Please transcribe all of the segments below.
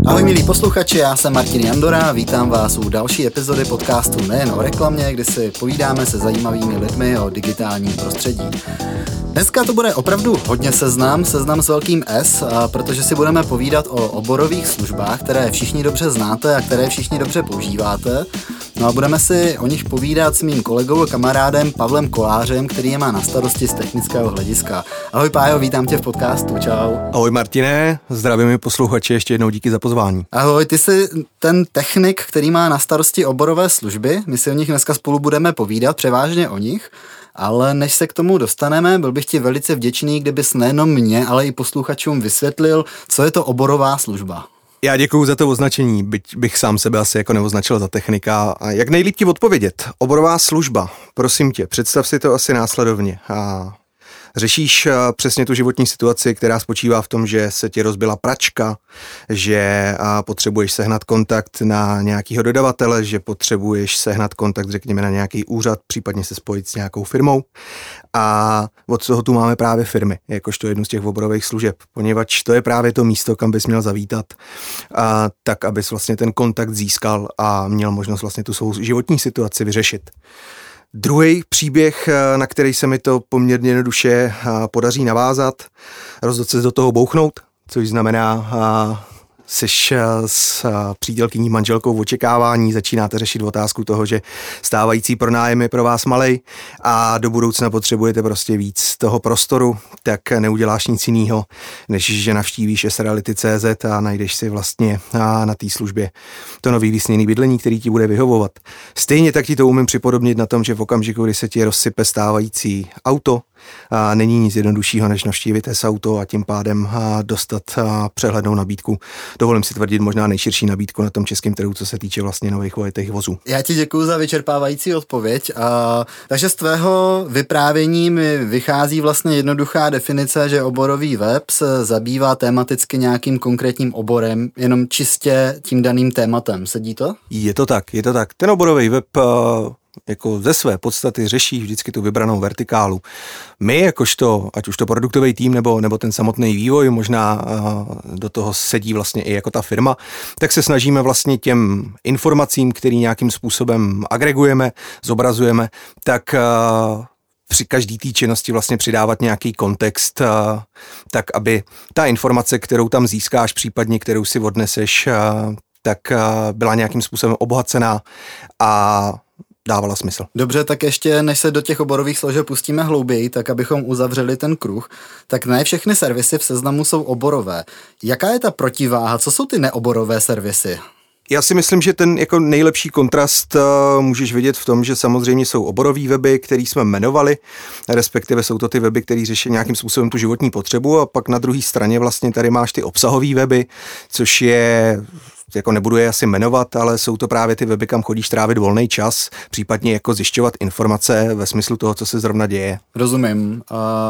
Ahoj milí posluchači, já jsem Martin Jandora a vítám vás u další epizody podcastu Nejen o reklamě, kdy si povídáme se zajímavými lidmi o digitálním prostředí. Dneska to bude opravdu hodně seznam s velkým S, protože si budeme povídat o oborových službách, které všichni dobře znáte a které všichni dobře používáte. No a budeme si o nich povídat s mým kolegou a kamarádem Pavlem Kolářem, který je má na starosti z technického hlediska. Ahoj Pájo, vítám tě v podcastu, čau. Ahoj Martine, zdravím posluchači, ještě jednou díky za pozvání. Ahoj, ty jsi ten technik, který má na starosti oborové služby, my si o nich dneska spolu budeme povídat, převážně o nich. Ale než se k tomu dostaneme, byl bych ti velice vděčný, kdybys nejenom mě, ale i posluchačům vysvětlil, co je to oborová služba. Já děkuju za to označení, byť bych sám sebe asi jako neoznačil za technika. A jak nejlíp ti odpovědět? Oborová služba, prosím tě, představ si to asi následovně. Řešíš přesně tu životní situaci, která spočívá v tom, že se ti rozbila pračka, že potřebuješ sehnat kontakt na nějakého dodavatele, že potřebuješ sehnat kontakt, řekněme, na nějaký úřad, případně se spojit s nějakou firmou. A od toho tu máme právě firmy, jakožto jednu z těch oborových služeb, poněvadž to je právě to místo, kam bys měl zavítat, tak abys vlastně ten kontakt získal a měl možnost vlastně tu svou životní situaci vyřešit. Druhý příběh, na který se mi to poměrně jednoduše podaří navázat, rozhodl se do toho bouchnout, což znamená, seš s přítelkyní manželkou v očekávání, začínáte řešit otázku toho, že stávající pronájem je pro vás malej a do budoucna potřebujete prostě víc toho prostoru, tak neuděláš nic jinýho, než že navštívíš sreality.cz a najdeš si vlastně na té službě to nový vysněný bydlení, který ti bude vyhovovat. Stejně tak ti to umím připodobnit na tom, že v okamžiku, kdy se ti rozsype stávající auto, není nic jednoduššího, než navštívit S-auto a tím pádem dostat přehlednou nabídku. Dovolím si tvrdit možná nejširší nabídku na tom českém trhu, co se týče vlastně nových ojetých vozů. Já ti děkuju za vyčerpávající odpověď. Takže z tvého vyprávění mi vychází vlastně jednoduchá definice, že oborový web se zabývá tematicky nějakým konkrétním oborem, jenom čistě tím daným tématem. Sedí to? Je to tak. Ten oborový web jako ze své podstaty řeší vždycky tu vybranou vertikálu. My, jakožto, ať už to produktový tým nebo ten samotný vývoj, možná do toho sedí vlastně i jako ta firma, tak se snažíme vlastně těm informacím, který nějakým způsobem agregujeme, zobrazujeme, tak při každé té činnosti vlastně přidávat nějaký kontext, tak aby ta informace, kterou tam získáš, případně kterou si odneseš, tak byla nějakým způsobem obohacená a dávala smysl. Dobře, tak ještě než se do těch oborových složek pustíme hlouběji, tak abychom uzavřeli ten kruh, tak ne všechny servisy v seznamu jsou oborové. Jaká je ta protiváha? Co jsou ty neoborové servisy? Já si myslím, že ten jako nejlepší kontrast můžeš vidět v tom, že samozřejmě jsou oborový weby, který jsme jmenovali, respektive jsou to ty weby, které řeší nějakým způsobem tu životní potřebu, a pak na druhé straně vlastně tady máš ty obsahový weby, což je, jako nebudu je asi jmenovat, ale jsou to právě ty weby, kam chodíš trávit volný čas, případně jako zjišťovat informace ve smyslu toho, co se zrovna děje. Rozumím.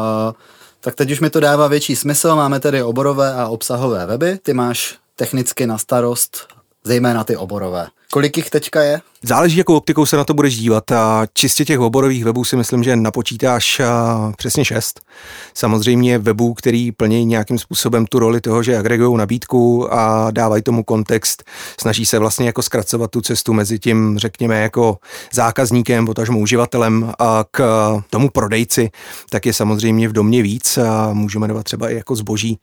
Tak teď už mi to dává větší smysl, máme tedy oborové a obsahové weby, ty máš technicky na starost zejména ty oborové. Kolik jich teďka je? Záleží, jakou optikou se na to budeš dívat. A čistě těch oborových webů si myslím, že napočítáš přesně 6. Samozřejmě webů, který plní nějakým způsobem tu roli toho, že agregují nabídku a dávají tomu kontext, snaží se vlastně jako zkracovat tu cestu mezi tím, řekněme, jako zákazníkem, potažmo uživatelem a k tomu prodejci, tak je samozřejmě v domě víc a můžu jmenovat třeba i jako zboží.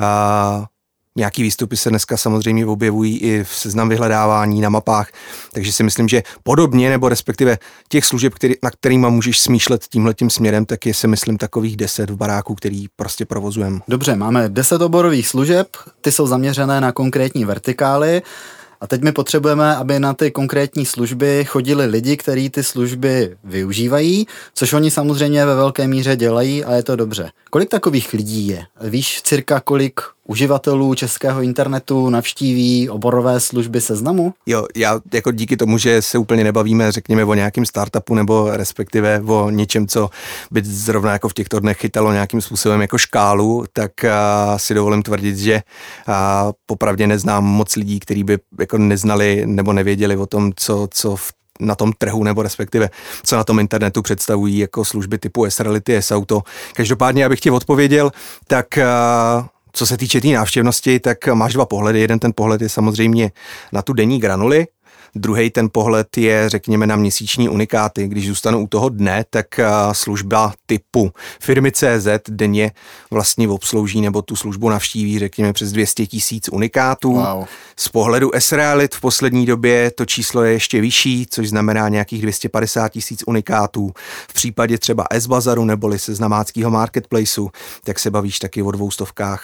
Nějaký výstupy se dneska samozřejmě objevují i v seznam vyhledávání na mapách, takže si myslím, že podobně, nebo respektive těch služeb, na kterýma můžeš smýšlet tímhletím směrem, tak je si myslím takových 10 v baráku, který prostě provozujeme. Dobře, máme 10 oborových služeb, ty jsou zaměřené na konkrétní vertikály. A teď my potřebujeme, aby na ty konkrétní služby chodili lidi, kteří ty služby využívají, což oni samozřejmě ve velké míře dělají a je to dobře. Kolik takových lidí je? Víš cirka kolik uživatelů českého internetu navštíví oborové služby Seznamu? Jo, já jako díky tomu, že se úplně nebavíme, řekněme, o nějakým startupu nebo respektive o něčem, co by zrovna jako v těchto dnech chytalo nějakým způsobem jako škálu, tak si dovolím tvrdit, že popravdě neznám moc lidí, kteří by jako neznali nebo nevěděli o tom, co na tom trhu nebo respektive co na tom internetu představují jako služby typu S-Reality, S-Auto. Každopádně, abych ti odpověděl, tak Co se týče té návštěvnosti, tak máš dva pohledy. Jeden ten pohled je samozřejmě na tu denní granuli, druhý ten pohled je, řekněme, na měsíční unikáty. Když zůstanu u toho dne, tak služba typu firmy CZ denně vlastně obslouží nebo tu službu navštíví, řekněme, přes 200 000 unikátů. Wow. Z pohledu S-Realit v poslední době to číslo je ještě vyšší, což znamená nějakých 250 000 unikátů. V případě třeba S-Bazaru neboli seznamáckého marketplaceu, tak se bavíš taky o 200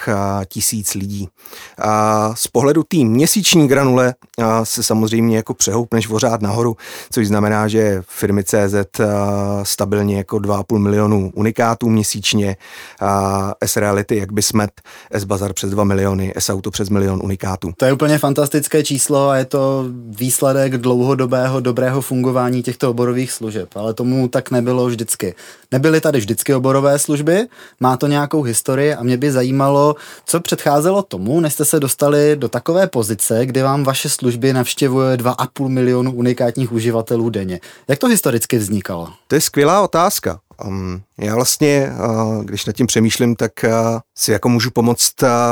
000 lidí. Z pohledu té měsíční granule se samozřejmě jako přehoupneš o řád nahoru, což znamená, že firmy CZ stabilně jako 2,5 milionu unikátů měsíčně, S-Reality jak by smet, S-Bazar přes 2 miliony, S-Auto přes 1 milion unikátů. To je úplně fantastické číslo a je to výsledek dlouhodobého dobrého fungování těchto oborových služeb, ale tomu tak nebylo vždycky. Nebyly tady vždycky oborové služby, má to nějakou historii a mě by zajímalo, co předcházelo tomu, než jste se dostali do takové pozice, kdy vám vaše služby navštěvuje 2,5 milionu unikátních uživatelů denně. Jak to historicky vznikalo? To je skvělá otázka. Já vlastně, když nad tím přemýšlím, tak si jako můžu pomoct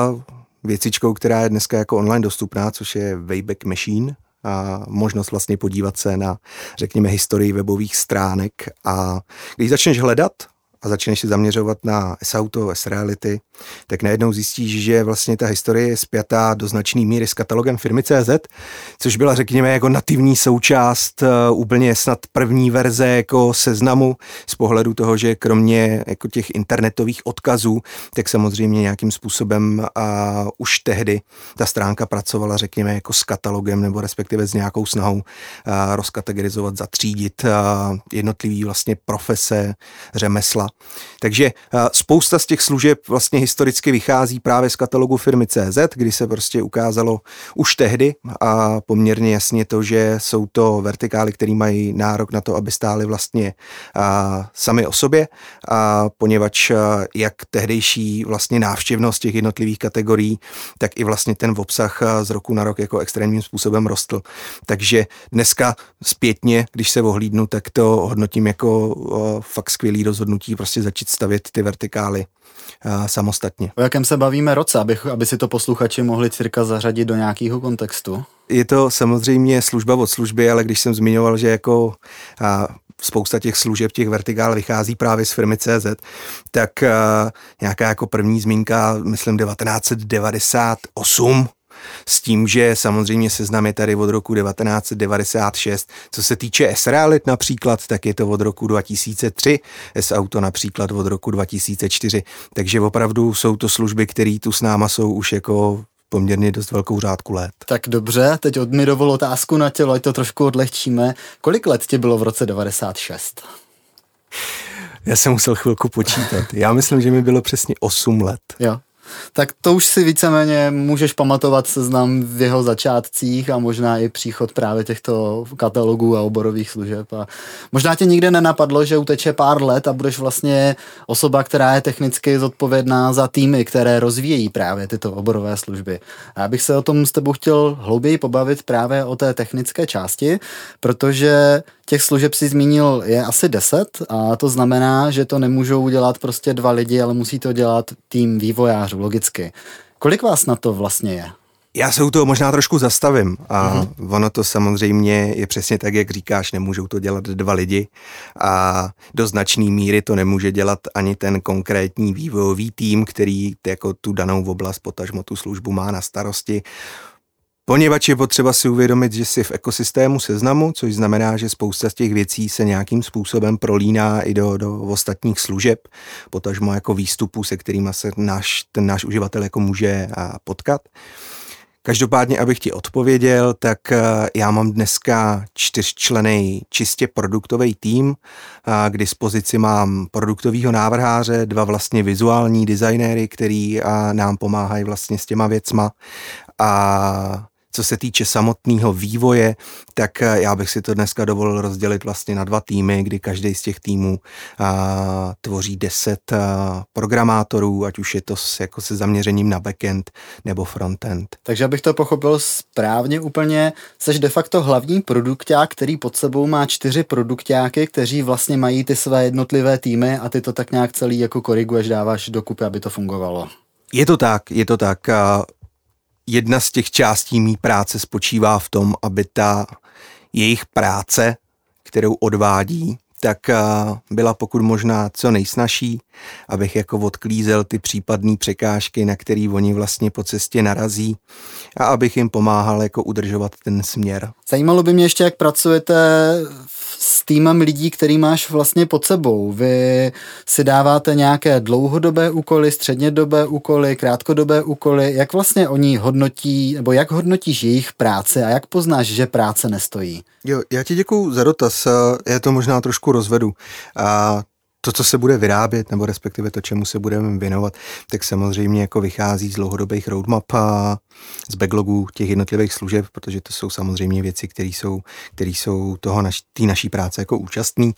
věcičkou, která je dneska jako online dostupná, což je Wayback Machine. A možnost vlastně podívat se na, řekněme, historii webových stránek a když začneš hledat a začneš se zaměřovat na S-Auto, S-Reality, tak najednou zjistíš, že vlastně ta historie je spjatá do značné míry s katalogem firmy CZ, což byla, řekněme, jako nativní součást úplně snad první verze jako seznamu z pohledu toho, že kromě jako těch internetových odkazů, tak samozřejmě nějakým způsobem už tehdy ta stránka pracovala, řekněme, jako s katalogem nebo respektive s nějakou snahou rozkategorizovat, zatřídit jednotlivý vlastně profese, řemesla. Takže spousta z těch služeb vlastně historicky vychází právě z katalogu firmy CZ, kdy se prostě ukázalo už tehdy a poměrně jasně to, že jsou to vertikály, které mají nárok na to, aby stály vlastně sami o sobě, poněvadž jak tehdejší vlastně návštěvnost těch jednotlivých kategorií, tak i vlastně ten obsah z roku na rok jako extrémním způsobem rostl. Takže dneska zpětně, když se ohlídnu, tak to hodnotím jako fakt skvělý rozhodnutí prostě začít stavět ty vertikály samostatně. O jakém se bavíme roce, aby si to posluchači mohli cirka zařadit do nějakého kontextu? Je to samozřejmě služba od služby, ale když jsem zmiňoval, že jako spousta těch služeb, těch vertikál vychází právě z firmy CZ, tak nějaká jako první zmínka, myslím 1998, s tím, že samozřejmě seznam je tady od roku 1996. Co se týče S-Realit například, tak je to od roku 2003, S-Auto například od roku 2004. Takže opravdu jsou to služby, které tu s náma jsou už jako poměrně dost velkou řádku let. Tak dobře, teď mi dovol otázku na tělo, ať to trošku odlehčíme. Kolik let ti bylo v roce 96? Já jsem musel chvilku počítat. Já myslím, že mi bylo přesně 8 let. Jo. Tak to už si víceméně můžeš pamatovat seznam v jeho začátcích a možná i příchod právě těchto katalogů a oborových služeb. A možná tě nikde nenapadlo, že uteče pár let a budeš vlastně osoba, která je technicky zodpovědná za týmy, které rozvíjejí právě tyto oborové služby. A já bych se o tom s tebou chtěl hlouběji pobavit právě o té technické části, protože těch služeb si zmínil je asi 10 a to znamená, že to nemůžou udělat prostě 2 lidi, ale musí to dělat tým vývojářů, logicky. Kolik vás na to vlastně je? Já se u toho možná trošku zastavím a ono to samozřejmě je přesně tak, jak říkáš, nemůžou to dělat 2 lidi a do značné míry to nemůže dělat ani ten konkrétní vývojový tým, který jako tu danou oblast, potažmo tu službu má na starosti. Poněvadž je potřeba si uvědomit, že jsi v ekosystému seznamu, což znamená, že spousta z těch věcí se nějakým způsobem prolíná i do ostatních služeb, potažmo jako výstupů, se kterými se ten náš uživatel jako může potkat. Každopádně, abych ti odpověděl, tak já mám dneska 4členný čistě produktový tým. K dispozici mám produktovýho návrháře, 2 vlastně vizuální designéry, který nám pomáhají vlastně s těma věcma. A co se týče samotného vývoje, tak já bych si to dneska dovolil rozdělit vlastně na 2 týmy, kdy každý z těch týmů tvoří 10 programátorů, ať už je to jako se zaměřením na backend nebo frontend. Takže abych to pochopil správně úplně, seš de facto hlavní produkták, který pod sebou má 4 produktáky, kteří vlastně mají ty své jednotlivé týmy a ty to tak nějak celý jako koriguješ, dáváš dokupy, aby to fungovalo. Je to tak. Jedna z těch částí mý práce spočívá v tom, aby ta jejich práce, kterou odvádí, tak byla pokud možná co nejsnažší, abych jako odklízel ty případné překážky, na který oni vlastně po cestě narazí a abych jim pomáhal jako udržovat ten směr. Zajímalo by mě ještě, jak pracujete s týmem lidí, který máš vlastně pod sebou. Vy si dáváte nějaké dlouhodobé úkoly, střednědobé úkoly, krátkodobé úkoly. Jak vlastně oni hodnotí, nebo jak hodnotíš jejich práci a jak poznáš, že práce nestojí? Jo, já ti děkuju za dotaz. Já to možná trošku rozvedu. To, co se bude vyrábět, nebo respektive to, čemu se budeme věnovat, tak samozřejmě jako vychází z dlouhodobých roadmap a z backlogů těch jednotlivých služeb, protože to jsou samozřejmě věci, které jsou té naší práce jako účastní.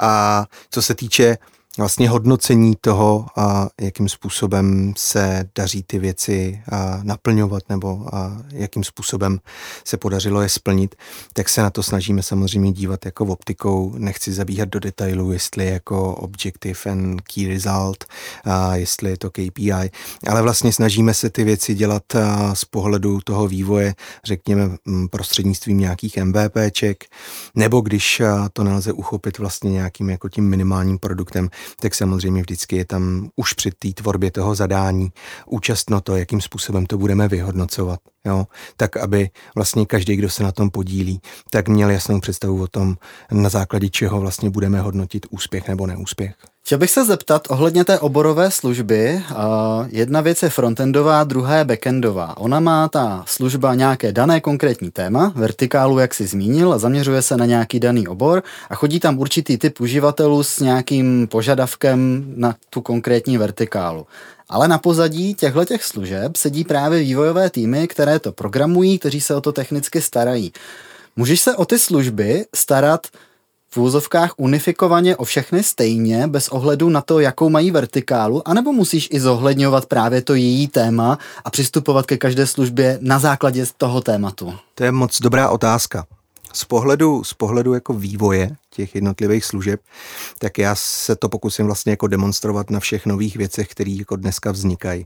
A co se týče vlastně hodnocení toho, jakým způsobem se daří ty věci naplňovat nebo jakým způsobem se podařilo je splnit, tak se na to snažíme samozřejmě dívat jako optikou. Nechci zabíhat do detailu, jestli jako objective and key result, jestli je to KPI, ale vlastně snažíme se ty věci dělat z pohledu toho vývoje, řekněme prostřednictvím nějakých MVPček, nebo když to nelze uchopit vlastně nějakým jako tím minimálním produktem, tak samozřejmě vždycky je tam už při té tvorbě toho zadání účastno to, jakým způsobem to budeme vyhodnocovat. Jo? Tak, aby vlastně každý, kdo se na tom podílí, tak měl jasnou představu o tom, na základě čeho vlastně budeme hodnotit úspěch nebo neúspěch. Chtěl bych se zeptat ohledně té oborové služby. Jedna věc je frontendová, druhá je backendová. Ona má ta služba nějaké dané konkrétní téma, vertikálu, jak jsi zmínil, a zaměřuje se na nějaký daný obor a chodí tam určitý typ uživatelů s nějakým požadavkem na tu konkrétní vertikálu. Ale na pozadí těchto služeb sedí právě vývojové týmy, které to programují, kteří se o to technicky starají. Můžeš se o ty služby starat v úvozovkách unifikovaně o všechny stejně, bez ohledu na to, jakou mají vertikálu, anebo musíš i zohledňovat právě to její téma a přistupovat ke každé službě na základě toho tématu? To je moc dobrá otázka. Z pohledu jako vývoje těch jednotlivých služeb, tak já se to pokusím vlastně jako demonstrovat na všech nových věcech, které jako dneska vznikají.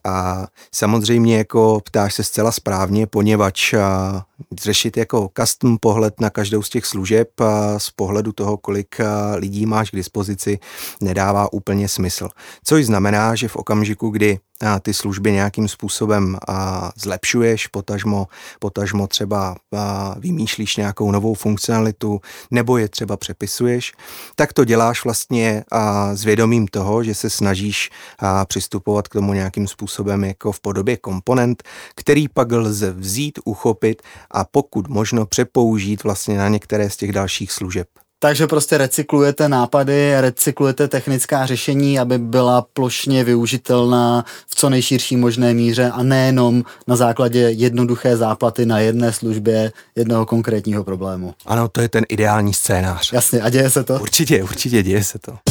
A samozřejmě jako ptáš se zcela správně, poněvadž řešit jako custom pohled na každou z těch služeb z pohledu toho, kolik lidí máš k dispozici, nedává úplně smysl. Což znamená, že v okamžiku, kdy ty služby nějakým způsobem zlepšuješ, potažmo třeba vymýšlíš nějakou novou funkcionalitu, nebo je třeba přepisuješ, tak to děláš vlastně s vědomím toho, že se snažíš přistupovat k tomu nějakým způsobem jako v podobě komponent, který pak lze vzít, uchopit a pokud možno přepoužít vlastně na některé z těch dalších služeb. Takže prostě recyklujete nápady, recyklujete technická řešení, aby byla plošně využitelná v co nejširší možné míře a nejenom na základě jednoduché záplaty na jedné službě jednoho konkrétního problému. Ano, to je ten ideální scénář. Jasně, a děje se to? Určitě děje se to.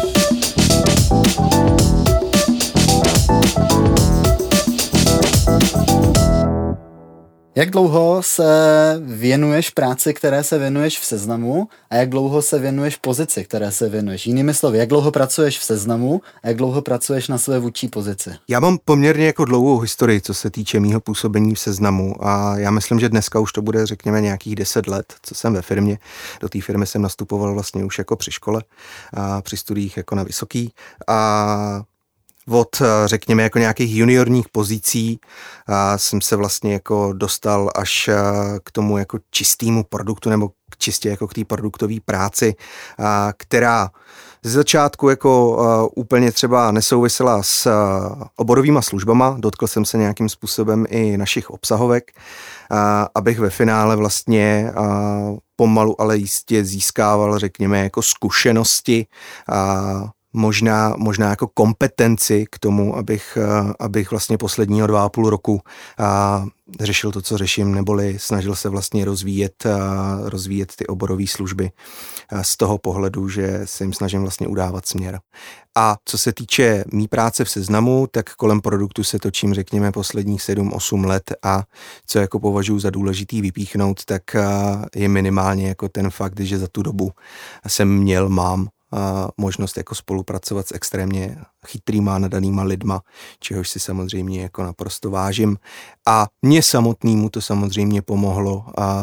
Jak dlouho se věnuješ práci, které se věnuješ v Seznamu a jak dlouho se věnuješ pozici, které se věnuješ? Jinými slovy, jak dlouho pracuješ v Seznamu a jak dlouho pracuješ na své vůdčí pozici? Já mám poměrně jako dlouhou historii, co se týče mýho působení v Seznamu a já myslím, že dneska už to bude řekněme nějakých 10 let, co jsem ve firmě. Do té firmy jsem nastupoval vlastně už jako při škole a při studiích jako na vysoký a od, řekněme, jako nějakých juniorních pozicí jsem se vlastně jako dostal až k tomu jako čistému produktu nebo čistě jako k té produktové práci, která ze začátku jako úplně třeba nesouvisela s oborovýma službama, dotkl jsem se nějakým způsobem i našich obsahovek, abych ve finále vlastně pomalu, ale jistě získával, řekněme, jako zkušenosti, možná jako kompetenci k tomu, abych vlastně posledního 2,5 roku řešil to, co řeším, neboli snažil se vlastně rozvíjet ty oborové služby z toho pohledu, že se jim snažím vlastně udávat směr. A co se týče mý práce v Seznamu, tak kolem produktu se točím, řekněme, posledních 7-8 let a co jako považuji za důležitý vypíchnout, tak je minimálně jako ten fakt, že za tu dobu mám možnost jako spolupracovat s extrémně chytrýma, nadanýma lidma, čehož si samozřejmě jako naprosto vážím. A mě samotnému to samozřejmě pomohlo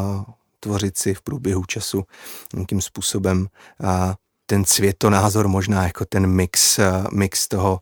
tvořit si v průběhu času nějakým způsobem ten světonázor, možná jako ten mix toho,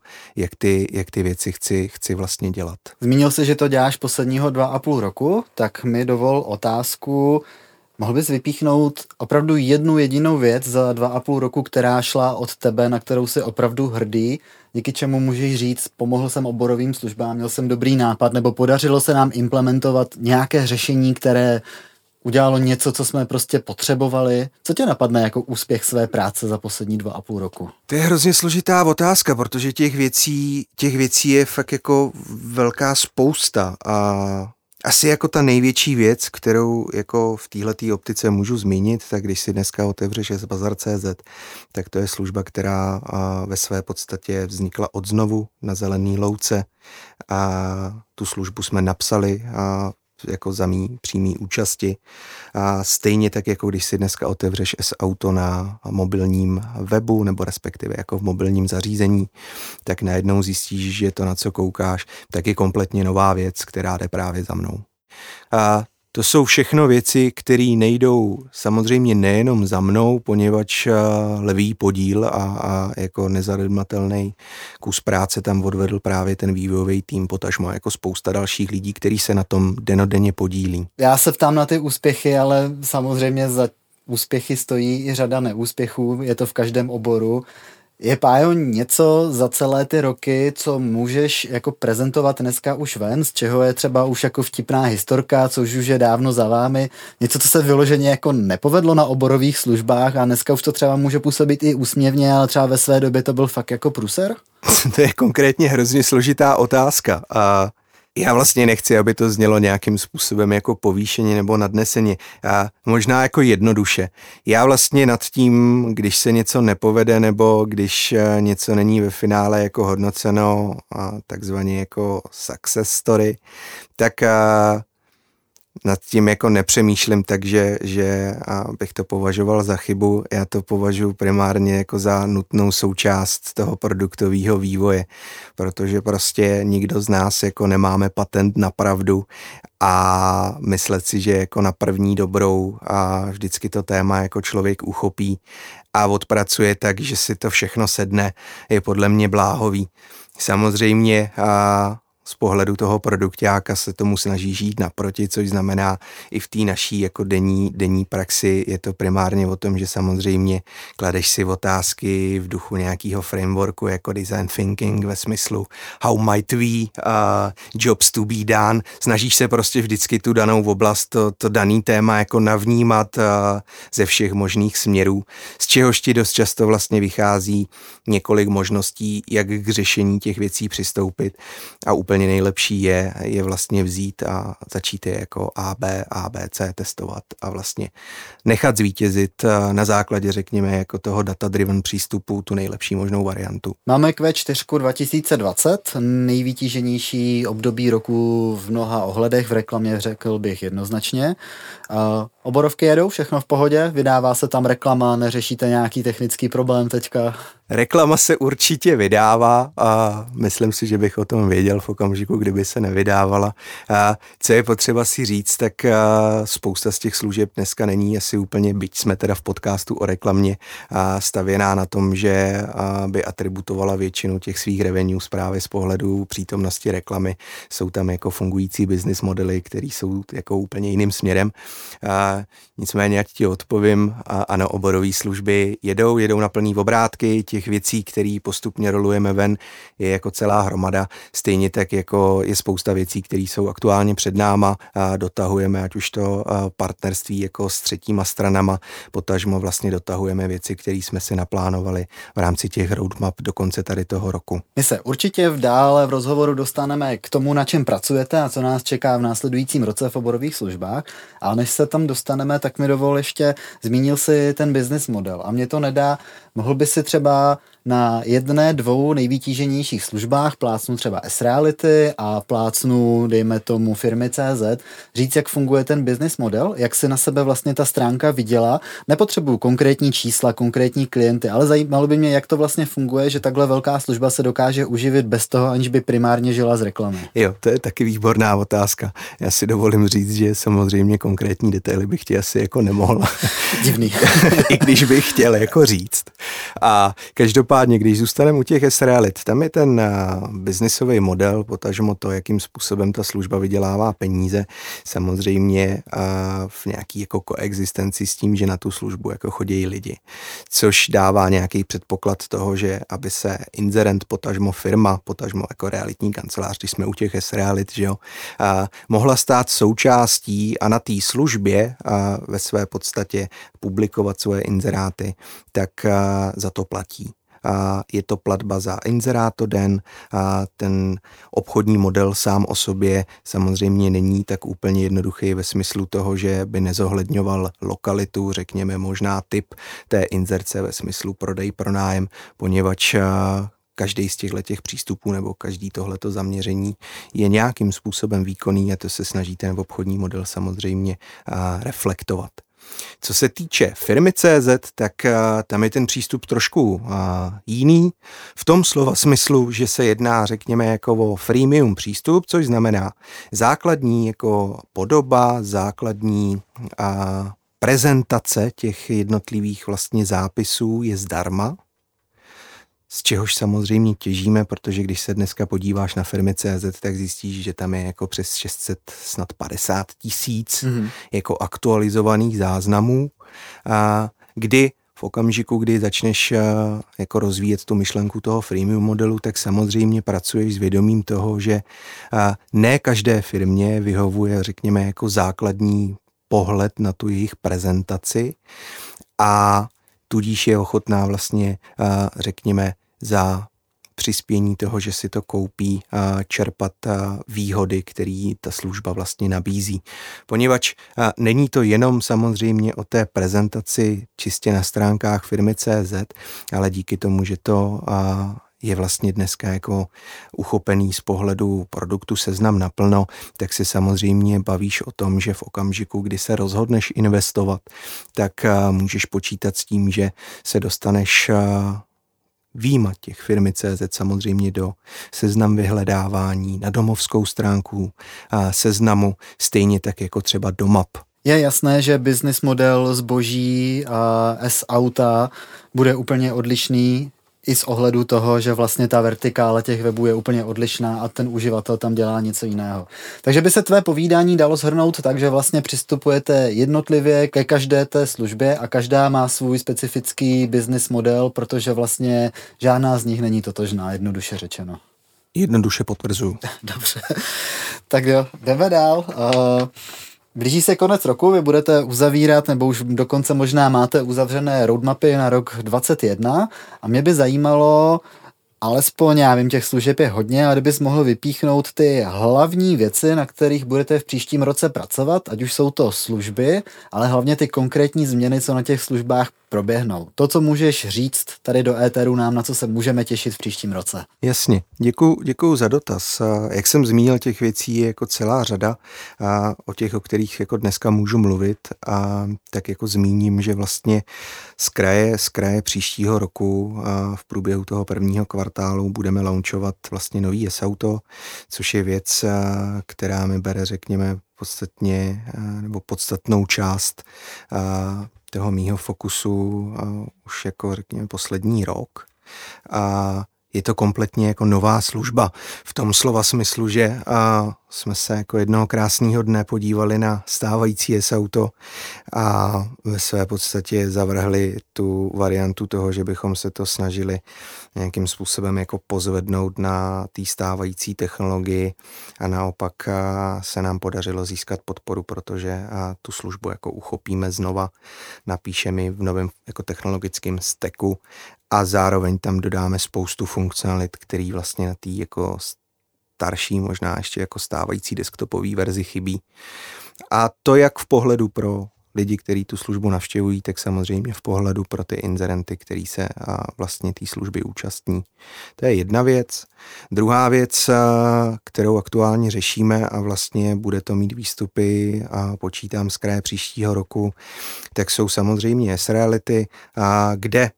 jak ty věci chci vlastně dělat. Zmínil jsi, že to děláš posledního 2,5 roku, tak mi dovol otázku, mohl bys vypíchnout opravdu jednu jedinou věc za 2,5 roku, která šla od tebe, na kterou jsi opravdu hrdý, díky čemu můžeš říct, pomohl jsem oborovým službám, měl jsem dobrý nápad, nebo podařilo se nám implementovat nějaké řešení, které udělalo něco, co jsme prostě potřebovali. Co tě napadne jako úspěch své práce za poslední 2,5 roku? To je hrozně složitá otázka, protože těch věcí je fakt jako velká spousta a asi jako ta největší věc, kterou jako v téhletý optice můžu zmínit, tak když si dneska otevřeš Bazar.cz, tak to je služba, která ve své podstatě vznikla odznovu na zelený louce a tu službu jsme napsali jako za mý přímý účasti. A stejně tak, jako když si dneska otevřeš S-Auto na mobilním webu, nebo respektive jako v mobilním zařízení, tak najednou zjistíš, že to, na co koukáš, tak je kompletně nová věc, která jde právě za mnou. A to jsou všechno věci, které nejdou samozřejmě nejenom za mnou, poněvadž levý podíl a jako nezanedbatelný kus práce tam odvedl právě ten vývojový tým, potažmo jako spousta dalších lidí, kteří se na tom dennodenně podílí. Já se ptám na ty úspěchy, ale samozřejmě za úspěchy stojí i řada neúspěchů, je to v každém oboru. Je, Pájo, něco za celé ty roky, co můžeš jako prezentovat dneska už ven, z čeho je třeba už jako vtipná historka, což už je dávno za vámi, něco, co se vyloženě jako nepovedlo na oborových službách a dneska už to třeba může působit i úsměvně, ale třeba ve své době to byl fakt jako průser? To je konkrétně hrozně složitá otázka a já vlastně nechci, aby to znělo nějakým způsobem jako povýšeně nebo nadneseně. A možná jako jednoduše. Já vlastně nad tím, když se něco nepovede nebo když něco není ve finále jako hodnoceno takzvaně jako success story, tak nad tím jako nepřemýšlím, takže bych to považoval za chybu. Já to považuji primárně jako za nutnou součást toho produktového vývoje, protože prostě nikdo z nás jako nemáme patent na pravdu a myslet si, že jako na první dobrou a vždycky to téma jako člověk uchopí a odpracuje tak, že si to všechno sedne, je podle mě bláhový. Samozřejmě z pohledu toho produkťáka se tomu snaží žít naproti, což znamená i v té naší jako denní praxi je to primárně o tom, že samozřejmě kladeš si otázky v duchu nějakého frameworku jako design thinking ve smyslu how might we, jobs to be done. Snažíš se prostě vždycky tu danou oblast, to daný téma jako navnímat ze všech možných směrů, z čehož ti dost často vlastně vychází několik možností, jak k řešení těch věcí přistoupit a úplně nejlepší je vlastně vzít a začít je jako A, B, C testovat a vlastně nechat zvítězit na základě, řekněme, jako toho data-driven přístupu tu nejlepší možnou variantu. Máme Q4 2020, nejvytíženější období roku v mnoha ohledech, v reklamě řekl bych jednoznačně. Oborovky jedou, všechno v pohodě, vydává se tam reklama, neřešíte nějaký technický problém teďka? Reklama se určitě vydává a myslím si, že bych o tom věděl v okamžiku, kdyby se nevydávala. Co je potřeba si říct, tak spousta z těch služeb dneska není asi úplně, byť jsme teda v podcastu o reklamě, stavěná na tom, že by atributovala většinu těch svých revenue právě z pohledu přítomnosti reklamy. Jsou tam jako fungující business modely, které jsou jako úplně jiným směrem. Nicméně, jak ti odpovím, ano, oborové služby jedou na plný obrátky, těch věcí, které postupně rolujeme ven, je jako celá hromada. Stejně tak jako je spousta věcí, které jsou aktuálně před náma a dotahujeme, ať už to partnerství jako s třetíma stranama, potažmo vlastně dotahujeme věci, které jsme si naplánovali v rámci těch roadmap do konce tady toho roku. My se určitě dále v rozhovoru dostaneme k tomu, na čem pracujete a co nás čeká v následujícím roce v oborových službách, ale než se tam dostaneme, tak mi dovol ještě, zmínil si ten business model a mě to nedá, mohl by si třeba na jedné, dvou nejvytíženějších službách, plácnu třeba S-Reality a plácnu, dejme tomu, firmy CZ, říct, jak funguje ten business model, jak si na sebe vlastně ta stránka vydělá. Nepotřebuju konkrétní čísla, konkrétní klienty, ale zajímalo by mě, jak to vlastně funguje, že takhle velká služba se dokáže uživit bez toho, aniž by primárně žila z reklamy. Jo, to je taky výborná otázka. Já si dovolím říct, že samozřejmě konkrétní detaily bych ti asi jako nemohl. Divný. I když bych chtěl jako říct. A každopádně, když zůstaneme u těch S-Realit, tam je ten biznisový model, potažmo to, jakým způsobem ta služba vydělává peníze, samozřejmě v nějaký jako koexistenci s tím, že na tu službu jako chodí lidi. Což dává nějaký předpoklad toho, že aby se inzerent, potažmo firma, potažmo jako realitní kancelář, když jsme u těch S-Realit, že jo, mohla stát součástí a na té službě ve své podstatě publikovat svoje inzeráty, tak za to platí. Je to platba za inzerátoden, ten obchodní model sám o sobě samozřejmě není tak úplně jednoduchý ve smyslu toho, že by nezohledňoval lokalitu, řekněme možná typ té inzerce ve smyslu prodej, pronájem, poněvadž každý z těchto přístupů nebo každý tohleto zaměření je nějakým způsobem výkonný a to se snaží ten obchodní model samozřejmě reflektovat. Co se týče firmy CZ, tak tam je ten přístup trošku jiný. V tom slova smyslu, že se jedná, řekněme, jako o freemium přístup, což znamená základní jako podoba, základní prezentace těch jednotlivých vlastně zápisů je zdarma. Z čehož samozřejmě těžíme, protože když se dneska podíváš na firmy CZ, tak zjistíš, že tam je jako přes 600, snad 50 000 jako aktualizovaných záznamů, kdy v okamžiku, kdy začneš jako rozvíjet tu myšlenku toho freemium modelu, tak samozřejmě pracuješ s vědomím toho, že ne každé firmě vyhovuje, řekněme, jako základní pohled na tu jejich prezentaci a tudíž je ochotná vlastně, řekněme, za přispění toho, že si to koupí, čerpat výhody, které ta služba vlastně nabízí. Poněvadž není to jenom samozřejmě o té prezentaci čistě na stránkách firmy CZ, ale díky tomu, že to je vlastně dneska jako uchopený z pohledu produktu Seznam naplno, tak se samozřejmě bavíš o tom, že v okamžiku, kdy se rozhodneš investovat, tak můžeš počítat s tím, že se dostaneš výjimat těch firmy CZ samozřejmě do Seznam vyhledávání, na domovskou stránku Seznamu, stejně tak jako třeba do map. Je jasné, že business model zboží a S-auta bude úplně odlišný i z ohledu toho, že vlastně ta vertikála těch webů je úplně odlišná a ten uživatel tam dělá něco jiného. Takže by se tvé povídání dalo shrnout tak, že vlastně přistupujete jednotlivě ke každé té službě a každá má svůj specifický business model, protože vlastně žádná z nich není totožná, jednoduše řečeno. Jednoduše potvrzuju. Dobře, tak jo, jdeme dál. Blíží se konec roku, vy budete uzavírat, nebo už dokonce možná máte uzavřené roadmapy na rok 2021 a mě by zajímalo, alespoň já vím, těch služeb je hodně, a kdybys mohl vypíchnout ty hlavní věci, na kterých budete v příštím roce pracovat, ať už jsou to služby, ale hlavně ty konkrétní změny, co na těch službách proběhnou. To, co můžeš říct tady do éteru nám, na co se můžeme těšit v příštím roce. Jasně, děkuju za dotaz. Jak jsem zmínil, těch věcí je jako celá řada, o těch, o kterých jako dneska můžu mluvit, a tak jako zmíním, že vlastně z kraje příštího roku v průběhu toho prvního kvartálu budeme launchovat vlastně nový S-auto, což je věc, která mi bere, řekněme, podstatnou část toho mýho fokusu už jako řekněme poslední rok. A je to kompletně jako nová služba v tom slova smyslu, že jsme se jako jednoho krásného dne podívali na stávající S-auto a ve své podstatě zavrhli tu variantu toho, že bychom se to snažili nějakým způsobem jako pozvednout na té stávající technologii a naopak se nám podařilo získat podporu, protože tu službu jako uchopíme znova, napíšeme ji v novém jako technologickém stacku a zároveň tam dodáme spoustu funkcionalit, který vlastně na té jako starší, možná ještě jako stávající desktopové verzi chybí. A to jak v pohledu pro lidi, kteří tu službu navštěvují, tak samozřejmě v pohledu pro ty inzerenty, který se vlastně té služby účastní. To je jedna věc. Druhá věc, kterou aktuálně řešíme a vlastně bude to mít výstupy a počítám z kraje příštího roku, tak jsou samozřejmě S-reality, kde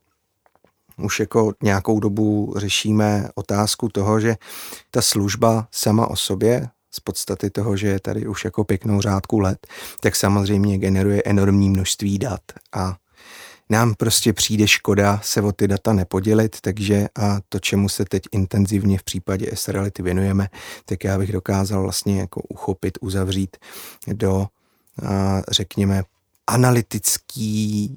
už jako nějakou dobu řešíme otázku toho, že ta služba sama o sobě, z podstaty toho, že je tady už jako pěknou řádku let, tak samozřejmě generuje enormní množství dat a nám prostě přijde škoda se o ty data nepodělit, takže a to, čemu se teď intenzivně v případě S-reality věnujeme, tak já bych dokázal vlastně jako uchopit, uzavřít do, řekněme, analytického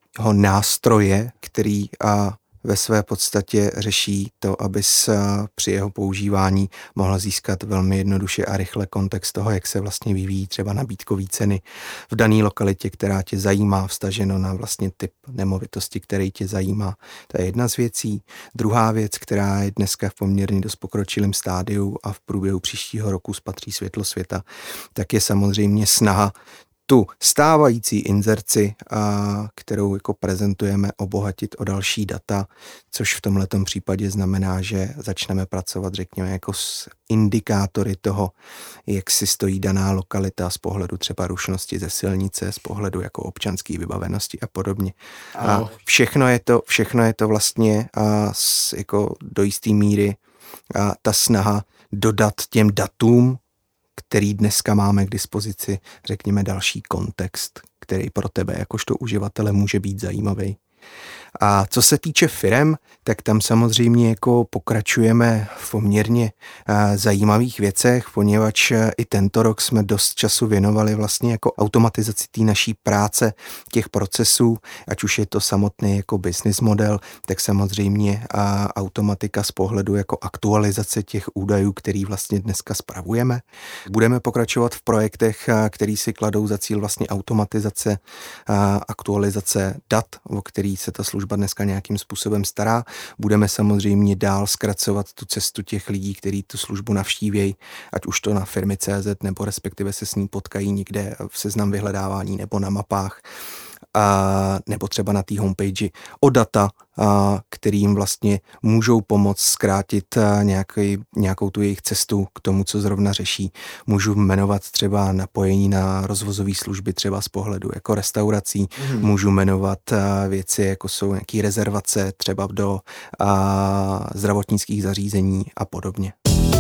nástroje, který ve své podstatě řeší to, aby se při jeho používání mohla získat velmi jednoduše a rychle kontext toho, jak se vlastně vyvíjí třeba nabídkové ceny v dané lokalitě, která tě zajímá, vztaženo na vlastně typ nemovitosti, který tě zajímá. To je jedna z věcí. Druhá věc, která je dneska v poměrně dost pokročilém stádiu a v průběhu příštího roku spatří světlo světa, tak je samozřejmě snaha tu stávající inzerci, kterou jako prezentujeme, obohatit o další data, což v tomhletom případě znamená, že začneme pracovat, řekněme, jako s indikátory toho, jak si stojí daná lokalita z pohledu třeba rušnosti ze silnice, z pohledu jako občanské vybavenosti a podobně. A všechno je to vlastně jako do jisté míry ta snaha dodat těm datům, který dneska máme k dispozici, řekněme, další kontext, který pro tebe jakožto uživatele může být zajímavý. A co se týče firem, tak tam samozřejmě jako pokračujeme v poměrně zajímavých věcech, poněvadž i tento rok jsme dost času věnovali vlastně jako automatizaci té naší práce, těch procesů, ať už je to samotný jako business model, tak samozřejmě automatika z pohledu jako aktualizace těch údajů, který vlastně dneska spravujeme. Budeme pokračovat v projektech, který si kladou za cíl vlastně automatizace, aktualizace dat, o který se ta služba dneska nějakým způsobem stará. Budeme samozřejmě dál zkracovat tu cestu těch lidí, kteří tu službu navštívějí, ať už to na firmy.cz nebo respektive se s ní potkají někde v seznam vyhledávání nebo na mapách, nebo třeba na té homepage o data, kterým vlastně můžou pomoct zkrátit nějakou tu jejich cestu k tomu, co zrovna řeší. Můžu jmenovat třeba napojení na rozvozové služby třeba z pohledu jako restaurací, můžu jmenovat věci, jako jsou nějaké rezervace třeba do zdravotnických zařízení a podobně.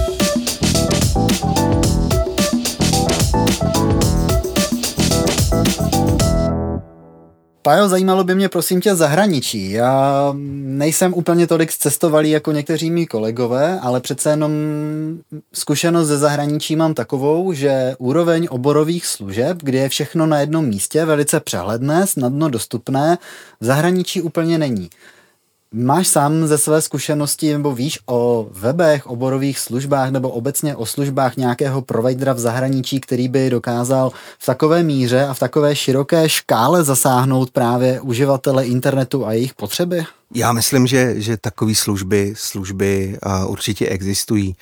Pájo, zajímalo by mě prosím tě zahraničí. Já nejsem úplně tolik zcestovalý jako někteří mý kolegové, ale přece jenom zkušenost ze zahraničí mám takovou, že úroveň oborových služeb, kde je všechno na jednom místě, velice přehledné, snadno dostupné, v zahraničí úplně není. Máš sám ze své zkušenosti nebo víš o webech, oborových službách nebo obecně o službách nějakého providera v zahraničí, který by dokázal v takové míře a v takové široké škále zasáhnout právě uživatele internetu a jejich potřeby? Já myslím, že takové služby určitě existují.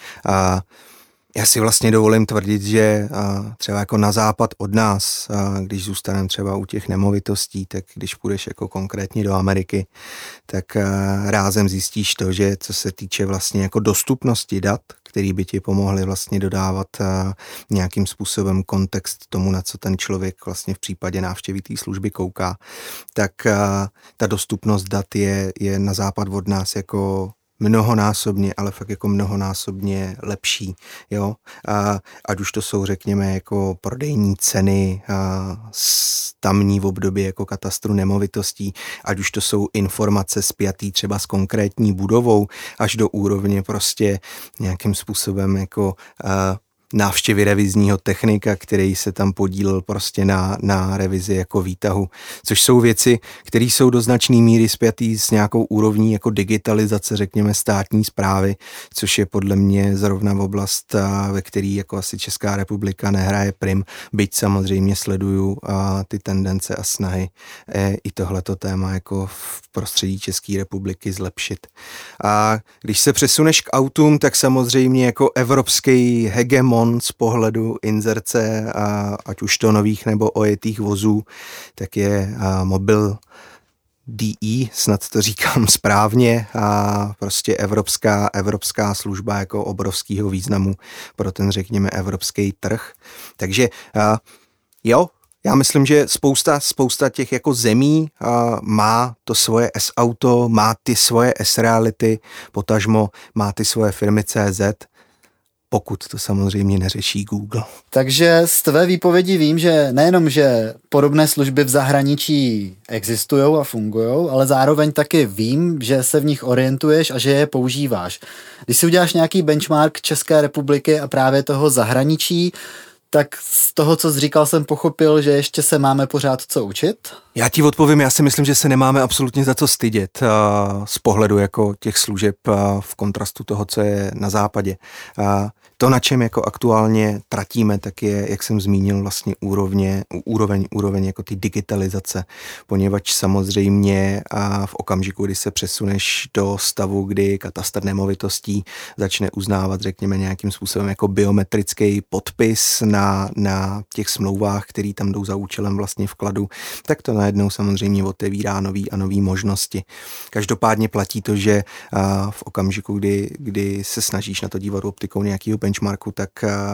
Já si vlastně dovolím tvrdit, že třeba jako na západ od nás, když zůstaneme třeba u těch nemovitostí, tak když půjdeš jako konkrétně do Ameriky, tak rázem zjistíš to, že co se týče vlastně jako dostupnosti dat, který by ti pomohli vlastně dodávat nějakým způsobem kontext tomu, na co ten člověk vlastně v případě návštěvy té služby kouká, tak ta dostupnost dat je na západ od nás jako mnohonásobně, ale fakt jako mnohonásobně lepší, jo. Ať už to jsou, řekněme, jako prodejní ceny tamní v období jako katastru nemovitostí, ať už to jsou informace spjatý třeba s konkrétní budovou, až do úrovně prostě nějakým způsobem jako návštěvy revizního technika, který se tam podílel prostě na revizi jako výtahu, což jsou věci, které jsou do značné míry spjatý s nějakou úrovní jako digitalizace, řekněme, státní správy, což je podle mě zrovna v oblast, ve který jako asi Česká republika nehraje prim, byť samozřejmě sleduju ty tendence a snahy i tohleto téma jako v prostředí České republiky zlepšit. A když se přesuneš k autům, tak samozřejmě jako evropský hegemon iPhone z pohledu inzerce, ať už to nových nebo ojetých vozů, tak je mobil DE, snad to říkám správně, a prostě evropská služba jako obrovského významu pro ten, řekněme, evropský trh. Takže jo, já myslím, že spousta těch jako zemí má to svoje S-auto, má ty svoje S-reality, potažmo má ty svoje firmy CZ, pokud to samozřejmě neřeší Google. Takže z tvé výpovědi vím, že nejenom, že podobné služby v zahraničí existují a fungují, ale zároveň taky vím, že se v nich orientuješ a že je používáš. Když si uděláš nějaký benchmark České republiky a právě toho zahraničí, tak z toho, co jsi říkal, jsem pochopil, že ještě se máme pořád co učit? Já ti odpovím, já si myslím, že se nemáme absolutně za co stydět z pohledu jako těch služeb v kontrastu toho, co je na západě. To, na čem jako aktuálně tratíme, tak je, jak jsem zmínil, vlastně úroveň jako ty digitalizace, poněvadž samozřejmě v okamžiku, kdy se přesuneš do stavu, kdy katastr nemovitostí začne uznávat, řekněme, nějakým způsobem jako biometrický podpis na těch smlouvách, který tam jdou za účelem vlastně vkladu, tak to najednou samozřejmě otevírá nový možnosti. Každopádně platí to, že v okamžiku, kdy se snažíš na to dívat optikou nějakého benchmarku, tak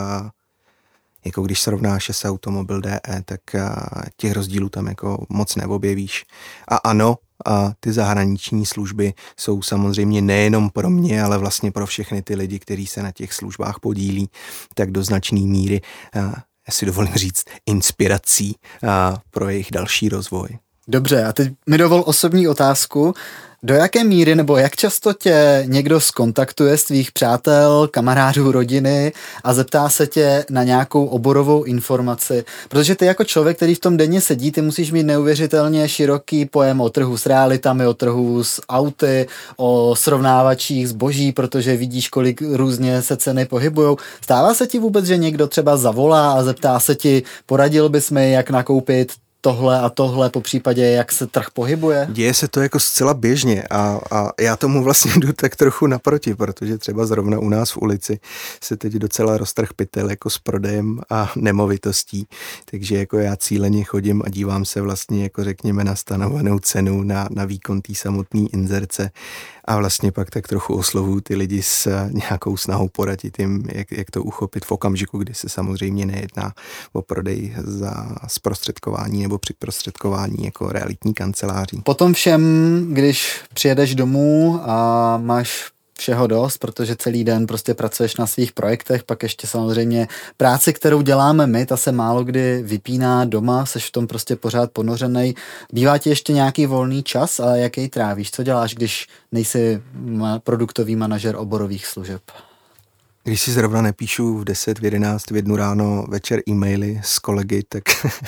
jako když srovnáš se automobil DE, tak těch rozdílů tam jako moc neobjevíš. A ano, ty zahraniční služby jsou samozřejmě nejenom pro mě, ale vlastně pro všechny ty lidi, kteří se na těch službách podílí, tak do značné míry, já si dovolím říct, inspirací pro jejich další rozvoj. Dobře, a teď mi dovol osobní otázku. Do jaké míry nebo jak často tě někdo zkontaktuje z tvých přátel, kamarádů, rodiny a zeptá se tě na nějakou oborovou informaci? Protože ty jako člověk, který v tom denně sedí, ty musíš mít neuvěřitelně široký pojem o trhu s realitami, o trhu s auty, o srovnávačích zboží, protože vidíš, kolik různě se ceny pohybujou. Stává se ti vůbec, že někdo třeba zavolá a zeptá se ti, poradil bys mi, jak nakoupit tohle a tohle, po případě, jak se trh pohybuje? Děje se to jako zcela běžně a já tomu vlastně jdu tak trochu naproti, protože třeba zrovna u nás v ulici se teď docela roztrh pytel jako s prodejem a nemovitostí, takže jako já cíleně chodím a dívám se vlastně jako řekněme na stanovenou cenu, na výkon té samotné inzerce a vlastně pak tak trochu oslovuju ty lidi s nějakou snahou poradit jim, jak to uchopit v okamžiku, kdy se samozřejmě nejedná o prodej za zprostředkování nebo při prostředkování jako realitní kanceláří. Potom všem, když přijedeš domů a máš všeho dost, protože celý den prostě pracuješ na svých projektech, pak ještě samozřejmě práci, kterou děláme my, ta se málo kdy vypíná doma, seš v tom prostě pořád ponořenej. Bývá ti ještě nějaký volný čas a jak jej trávíš? Co děláš, když nejsi produktový manažer oborových služeb? Když si zrovna nepíšu v 10, v 11, v 1 ráno večer e-maily s kolegy, tak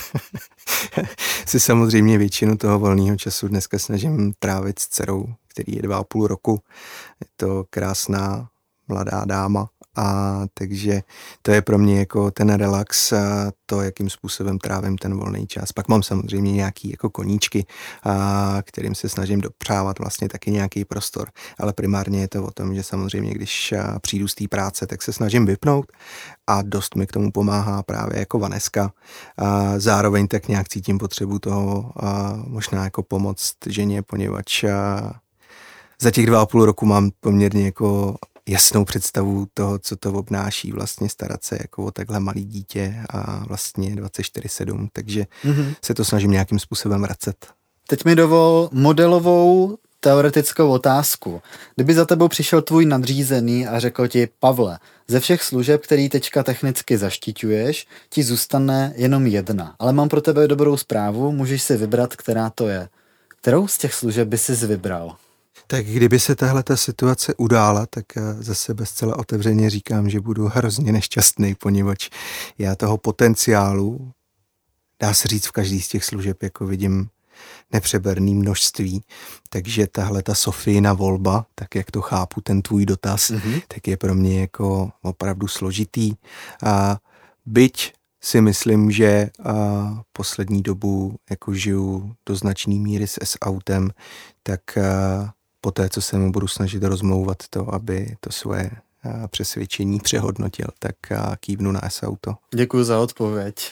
si samozřejmě většinu toho volného času dneska snažím trávit s dcerou, který je 2,5 roku. Je to krásná mladá dáma a takže to je pro mě jako ten relax, to, jakým způsobem trávím ten volný čas. Pak mám samozřejmě nějaký jako koníčky, kterým se snažím dopřávat vlastně taky nějaký prostor, ale primárně je to o tom, že samozřejmě, když přijdu z té práce, tak se snažím vypnout a dost mi k tomu pomáhá právě jako Vaneska. Zároveň tak nějak cítím potřebu toho možná jako pomoct ženě, poněvadž za těch 2,5 roku mám poměrně jako jasnou představu toho, co to obnáší vlastně starat se jako o takhle malý dítě a vlastně 24/7, takže se to snažím nějakým způsobem vracet. Teď mi dovol modelovou teoretickou otázku. Kdyby za tebou přišel tvůj nadřízený a řekl ti, Pavle, ze všech služeb, který teďka technicky zaštiťuješ, ti zůstane jenom jedna, ale mám pro tebe dobrou zprávu, můžeš si vybrat, která to je. Kterou z těch služeb by jsi vybral? Tak kdyby se tahle ta situace udála, tak za sebe zcela otevřeně říkám, že budu hrozně nešťastný, poněvadž já toho potenciálu, dá se říct, v každý z těch služeb jako vidím nepřeberný množství, takže tahle ta Sofijina volba, tak jak to chápu, ten tvůj dotaz, tak je pro mě jako opravdu složitý. A byť si myslím, že poslední dobu jako žiju do značné míry s S-autem, tak poté, co se mu budu snažit rozmlouvat to, aby to svoje přesvědčení přehodnotil, tak kývnu na S-Auto. Děkuji za odpověď.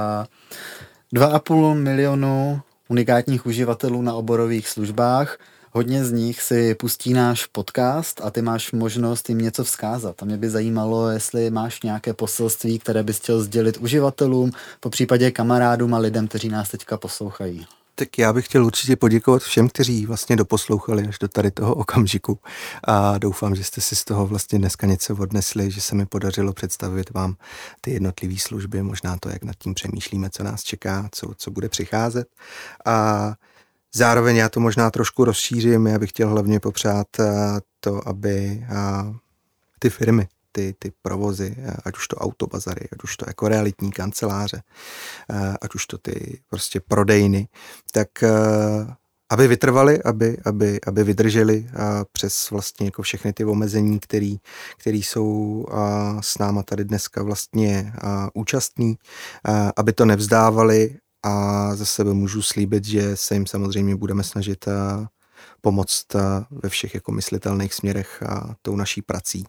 2,5 milionu unikátních uživatelů na oborových službách. Hodně z nich si pustí náš podcast a ty máš možnost jim něco vzkázat. A mě by zajímalo, jestli máš nějaké poselství, které bys chtěl sdělit uživatelům, popřípadě kamarádům a lidem, kteří nás teďka poslouchají. Tak já bych chtěl určitě poděkovat všem, kteří vlastně doposlouchali až do tady toho okamžiku a doufám, že jste si z toho vlastně dneska něco odnesli, že se mi podařilo představit vám ty jednotlivé služby, možná to, jak nad tím přemýšlíme, co nás čeká, co bude přicházet. A zároveň já to možná trošku rozšířím, já bych chtěl hlavně popřát to, aby ty firmy, ty provozy, ať už to autobazary, ať už to jako realitní kanceláře, ať už to ty prostě prodejny, tak aby vytrvali, aby vydrželi přes vlastně jako všechny ty omezení, který jsou s náma tady dneska vlastně účastní, aby to nevzdávali a za sebe můžu slíbit, že se jim samozřejmě budeme snažit pomoct ve všech jako myslitelných směrech tou naší prací.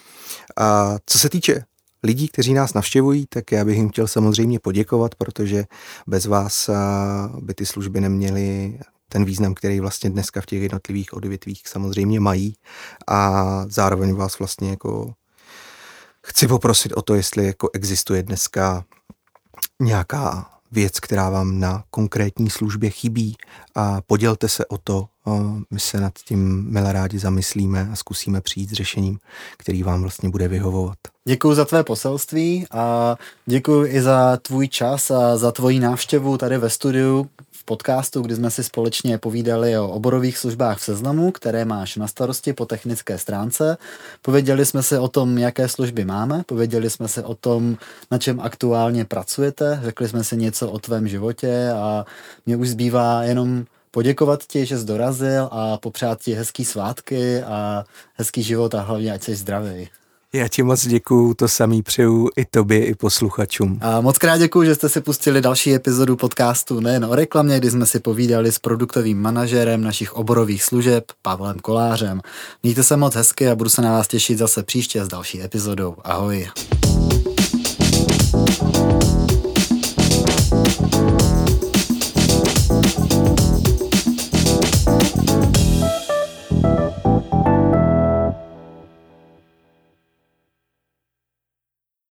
A co se týče lidí, kteří nás navštěvují, tak já bych jim chtěl samozřejmě poděkovat, protože bez vás by ty služby neměly ten význam, který vlastně dneska v těch jednotlivých odvětvích samozřejmě mají. A zároveň vás vlastně jako chci poprosit o to, jestli jako existuje dneska nějaká věc, která vám na konkrétní službě chybí a podělte se o to. My se nad tím milé rádi zamyslíme a zkusíme přijít s řešením, který vám vlastně bude vyhovovat. Děkuji za tvé poselství a děkuji i za tvůj čas a za tvoji návštěvu tady ve studiu v podcastu, kdy jsme si společně povídali o oborových službách v Seznamu, které máš na starosti po technické stránce. Pověděli jsme si o tom, jaké služby máme, pověděli jsme si o tom, na čem aktuálně pracujete, řekli jsme si něco o tvém životě a mě už zbývá jenom poděkovat ti, že jsi dorazil a popřát ti hezký svátky a hezký život a hlavně ať jsi zdravý. Já ti moc děkuju, to samý přeju i tobě, i posluchačům. A moc krát děkuju, že jste si pustili další epizodu podcastu Nejen o reklamě, kdy jsme si povídali s produktovým manažerem našich oborových služeb Pavlem Kolářem. Mějte se moc hezky a budu se na vás těšit zase příště s další epizodou. Ahoj.